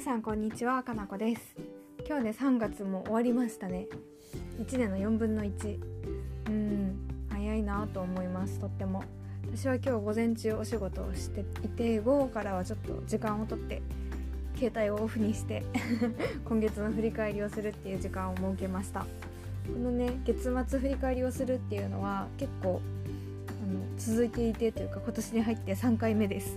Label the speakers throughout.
Speaker 1: さんこんにちは、かなこです。今日ね3月も終わりましたね。1年の4分の1。早いなと思います。とっても私は今日午前中お仕事をしていて、午後からはちょっと時間をとって携帯をオフにして今月の振り返りをするっていう時間を設けました。このね月末振り返りをするっていうのは結構続いていてというか、今年に入って3回目です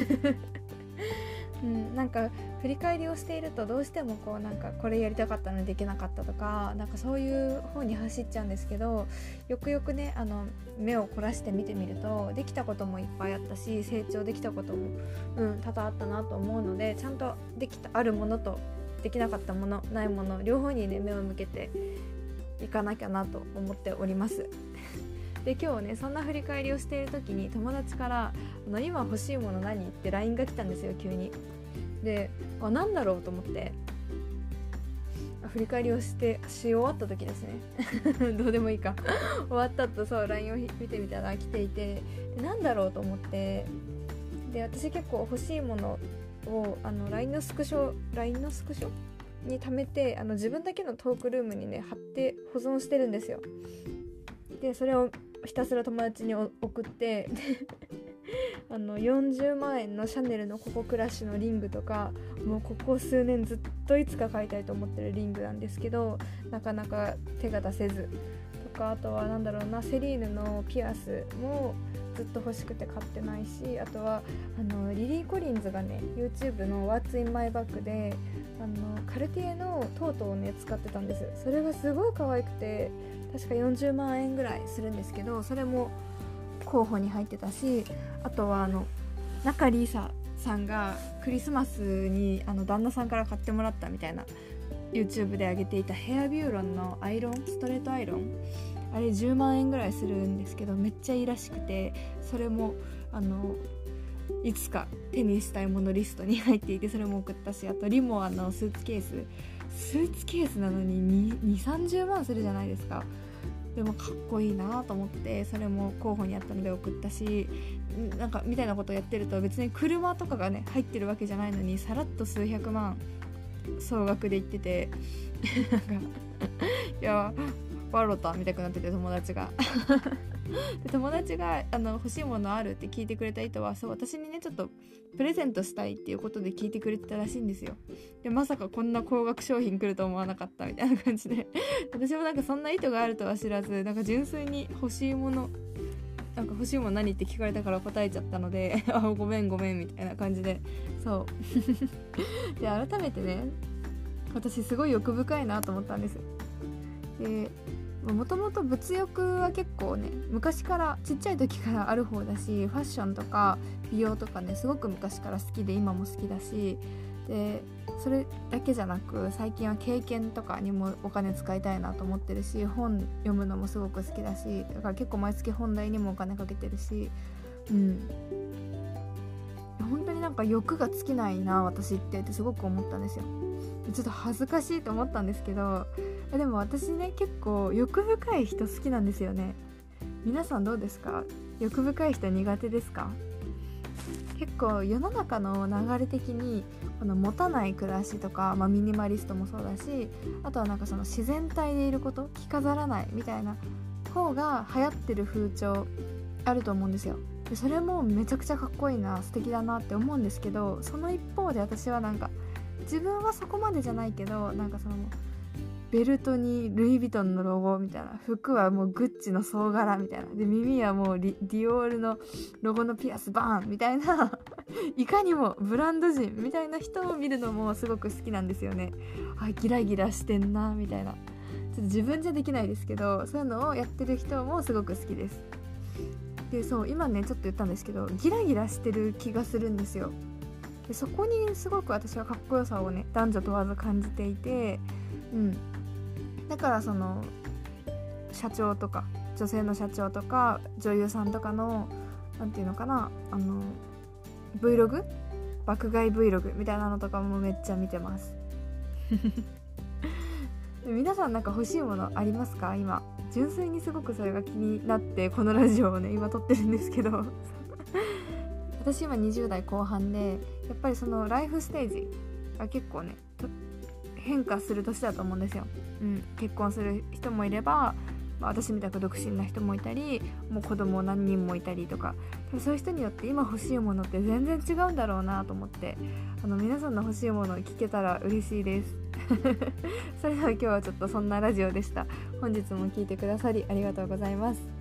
Speaker 1: なんか振り返りをしているとどうしてもこれやりたかったのにできなかったとか、そういう方に走っちゃうんですけど、よくよくね目を凝らして見てみるとできたこともいっぱいあったし、成長できたことも多々あったなと思うので、ちゃんとあるものとできなかったもの、ないもの両方にね目を向けていかなきゃなと思っておりますで今日ねそんな振り返りをしている時に友達から今欲しいもの何って LINE が来たんですよ、急に。でなんだろうと思って振り返りをし終わった時ですねどうでもいいか終わった後LINE を見てみたら来ていて、でなんだろうと思って、で私結構欲しいものをLINE のスクショに貯めて自分だけのトークルームにね貼って保存してるんですよ。でそれをひたすら友達に送って40万円のシャネルのココクラッシュのリングとか、もうここ数年ずっといつか買いたいと思ってるリングなんですけど、なかなか手が出せずとか、あとはセリーヌのピアスもずっと欲しくて買ってないし、あとはリリー・コリンズがね YouTube の What's in my bag でカルティエのトートをね使ってたんです。それがすごい可愛くて、確か40万円ぐらいするんですけど、それも候補に入ってたし、あとは中里依紗さんがクリスマスに旦那さんから買ってもらったみたいな YouTube で上げていたヘアビューロンのアイロン、ストレートアイロン、あれ10万円ぐらいするんですけど、めっちゃいいらしくて、それもいつか手にしたいものリストに入っていて、それも送ったし、あとリモアのスーツケースなのに2、30万するじゃないですか。でもかっこいいなと思って、それも候補にあったので送ったし、みたいなことをやってると、別に車とかがね入ってるわけじゃないのにさらっと数百万総額で言ってていやワロタ見たくなってて、友達がで友達が欲しいものあるって聞いてくれた意図は、私にねちょっとプレゼントしたいっていうことで聞いてくれてたらしいんですよ。でまさかこんな高額商品来ると思わなかったみたいな感じで私もそんな意図があるとは知らず、純粋に欲しいもの何って聞かれたから答えちゃったのでごめんみたいな感じで、で改めてね私すごい欲深いなと思ったんです。でもともと物欲は結構ね昔からちっちゃい時からある方だし、ファッションとか美容とかねすごく昔から好きで今も好きだし、でそれだけじゃなく最近は経験とかにもお金使いたいなと思ってるし、本読むのもすごく好きだし、だから結構毎月本題にもお金かけてるし、本当に欲が尽きないな私ってすごく思ったんですよ。ちょっと恥ずかしいと思ったんですけど、でも私ね結構欲深い人好きなんですよね。皆さんどうですか？欲深い人苦手ですか？結構世の中の流れ的に持たない暮らしとか、ミニマリストもそうだし、あとはその自然体でいること、着飾らないみたいな方が流行ってる風潮あると思うんですよ。でそれもめちゃくちゃかっこいいな、素敵だなって思うんですけど、その一方で私は自分はそこまでじゃないけどベルトにルイ・ヴィトンのロゴみたいな、服はもうグッチの総柄みたいな、で耳はもうディオールのロゴのピアスバーンみたいないかにもブランド人みたいな人を見るのもすごく好きなんですよね。ギラギラしてんなみたいな、ちょっと自分じゃできないですけど、そういうのをやってる人もすごく好きです。で今ねちょっと言ったんですけど、ギラギラしてる気がするんですよ。でそこにすごく私はかっこよさをね男女問わず感じていて、だから社長とか女性の社長とか女優さんとかのなんていうのかな、Vlog 爆買い Vlog みたいなのとかもめっちゃ見てます皆さん欲しいものありますか？今純粋にすごくそれが気になってこのラジオをね今撮ってるんですけど私今20代後半で、やっぱりライフステージ結構ね変化する年だと思うんですよ。結婚する人もいれば、私みたく独身な人もいたり、もう子供何人もいたりとか、そういう人によって今欲しいものって全然違うんだろうなと思って、皆さんの欲しいものを聞けたら嬉しいですそれでは今日はちょっとそんなラジオでした。本日も聞いてくださりありがとうございます。